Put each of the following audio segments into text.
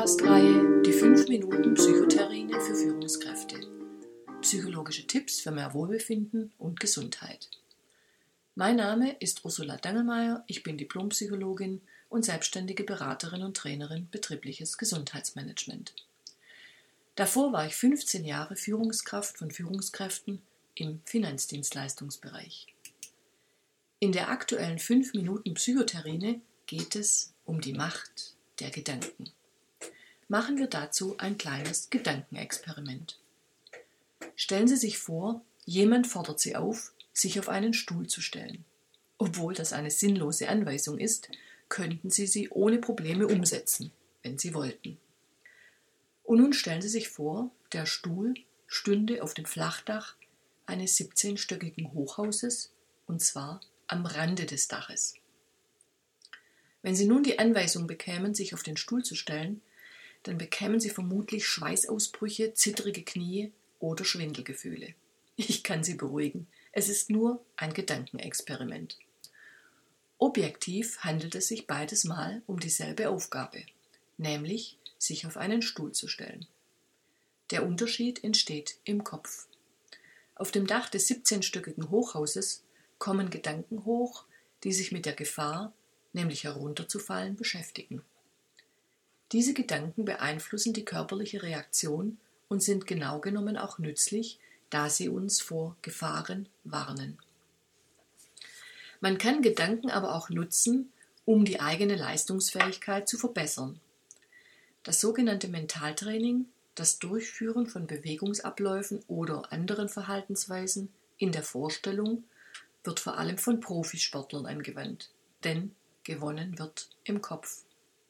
Podcast-Reihe Die 5 Minuten Psychotherapie für Führungskräfte. Psychologische Tipps für mehr Wohlbefinden und Gesundheit. Mein Name ist Ursula Dangelmeier, ich bin Diplompsychologin und selbstständige Beraterin und Trainerin betriebliches Gesundheitsmanagement. Davor war ich 15 Jahre Führungskraft von Führungskräften im Finanzdienstleistungsbereich. In der aktuellen 5 Minuten Psychotherapie geht es um die Macht der Gedanken. Machen wir dazu ein kleines Gedankenexperiment. Stellen Sie sich vor, jemand fordert Sie auf, sich auf einen Stuhl zu stellen. Obwohl das eine sinnlose Anweisung ist, könnten Sie sie ohne Probleme umsetzen, wenn Sie wollten. Und nun stellen Sie sich vor, der Stuhl stünde auf dem Flachdach eines 17-stöckigen Hochhauses, und zwar am Rande des Daches. Wenn Sie nun die Anweisung bekämen, sich auf den Stuhl zu stellen, dann bekämen Sie vermutlich Schweißausbrüche, zittrige Knie oder Schwindelgefühle. Ich kann Sie beruhigen, es ist nur ein Gedankenexperiment. Objektiv handelt es sich beides Mal um dieselbe Aufgabe, nämlich sich auf einen Stuhl zu stellen. Der Unterschied entsteht im Kopf. Auf dem Dach des 17-stöckigen Hochhauses kommen Gedanken hoch, die sich mit der Gefahr, nämlich herunterzufallen, beschäftigen. Diese Gedanken beeinflussen die körperliche Reaktion und sind genau genommen auch nützlich, da sie uns vor Gefahren warnen. Man kann Gedanken aber auch nutzen, um die eigene Leistungsfähigkeit zu verbessern. Das sogenannte Mentaltraining, das Durchführen von Bewegungsabläufen oder anderen Verhaltensweisen in der Vorstellung, wird vor allem von Profisportlern angewandt, denn gewonnen wird im Kopf.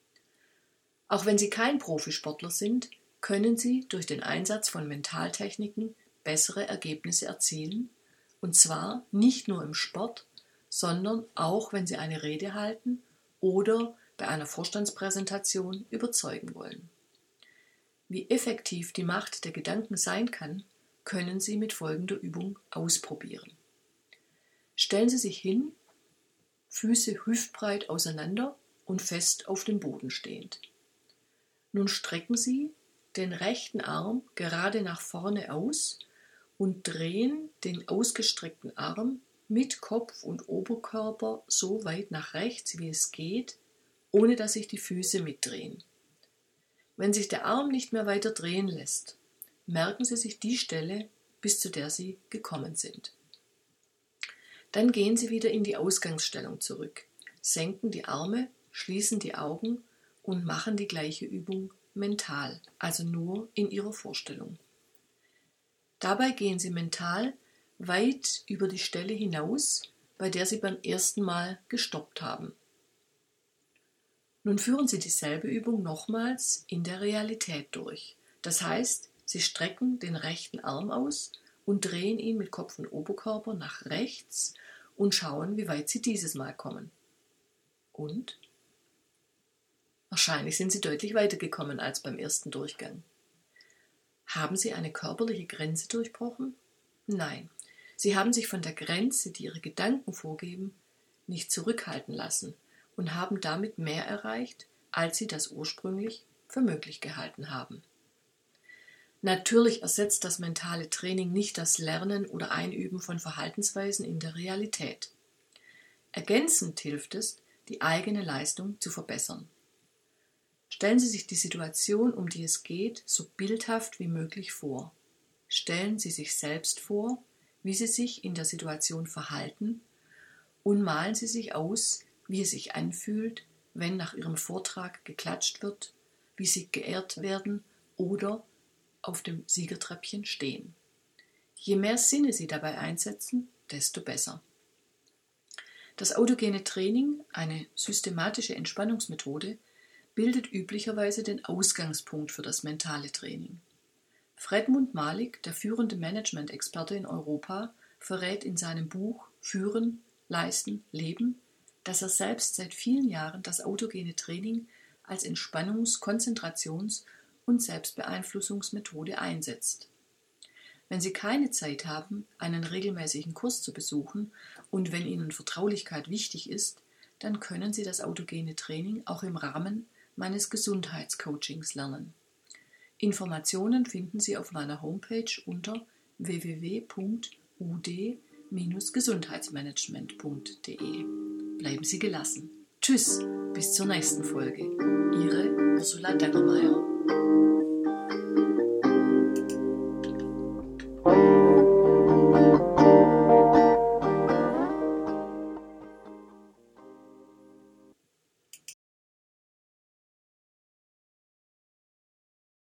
Auch wenn Sie kein Profisportler sind, können Sie durch den Einsatz von Mentaltechniken bessere Ergebnisse erzielen, und zwar nicht nur im Sport, sondern auch, wenn Sie eine Rede halten oder bei einer Vorstandspräsentation überzeugen wollen. Wie effektiv die Macht der Gedanken sein kann, können Sie mit folgender Übung ausprobieren. Stellen Sie sich hin, Füße hüftbreit auseinander und fest auf dem Boden stehend. Nun strecken Sie den rechten Arm gerade nach vorne aus und drehen den ausgestreckten Arm mit Kopf und Oberkörper so weit nach rechts, wie es geht, ohne dass sich die Füße mitdrehen. Wenn sich der Arm nicht mehr weiter drehen lässt, merken Sie sich die Stelle, bis zu der Sie gekommen sind. Dann gehen Sie wieder in die Ausgangsstellung zurück, senken die Arme, schließen die Augen und machen die gleiche Übung mental, also nur in Ihrer Vorstellung. Dabei gehen Sie mental weit über die Stelle hinaus, bei der Sie beim ersten Mal gestoppt haben. Nun führen Sie dieselbe Übung nochmals in der Realität durch. Das heißt, Sie strecken den rechten Arm aus und drehen ihn mit Kopf und Oberkörper nach rechts und schauen, wie weit Sie dieses Mal kommen. Und? Wahrscheinlich sind Sie deutlich weiter gekommen als beim ersten Durchgang. Haben Sie eine körperliche Grenze durchbrochen? Nein, Sie haben sich von der Grenze, die Ihre Gedanken vorgeben, nicht zurückhalten lassen und haben damit mehr erreicht, als Sie das ursprünglich für möglich gehalten haben. Natürlich ersetzt das mentale Training nicht das Lernen oder Einüben von Verhaltensweisen in der Realität. Ergänzend hilft es, die eigene Leistung zu verbessern. Stellen Sie sich die Situation, um die es geht, so bildhaft wie möglich vor. Stellen Sie sich selbst vor, wie Sie sich in der Situation verhalten, und malen Sie sich aus, wie es sich anfühlt, wenn nach Ihrem Vortrag geklatscht wird, wie Sie geehrt werden oder auf dem Siegertreppchen stehen. Je mehr Sinne Sie dabei einsetzen, desto besser. Das autogene Training, eine systematische Entspannungsmethode, bildet üblicherweise den Ausgangspunkt für das mentale Training. Fredmund Malik, der führende Management-Experte in Europa, verrät in seinem Buch Führen, Leisten, Leben, dass er selbst seit vielen Jahren das autogene Training als Entspannungs-, Konzentrations- und Selbstbeeinflussungsmethode einsetzt. Wenn Sie keine Zeit haben, einen regelmäßigen Kurs zu besuchen und wenn Ihnen Vertraulichkeit wichtig ist, dann können Sie das autogene Training auch im Rahmen meines Gesundheitscoachings lernen. Informationen finden Sie auf meiner Homepage unter www.ud-gesundheitsmanagement.de. Bleiben Sie gelassen. Tschüss, bis zur nächsten Folge. Ihre Ursula Dangelmeier.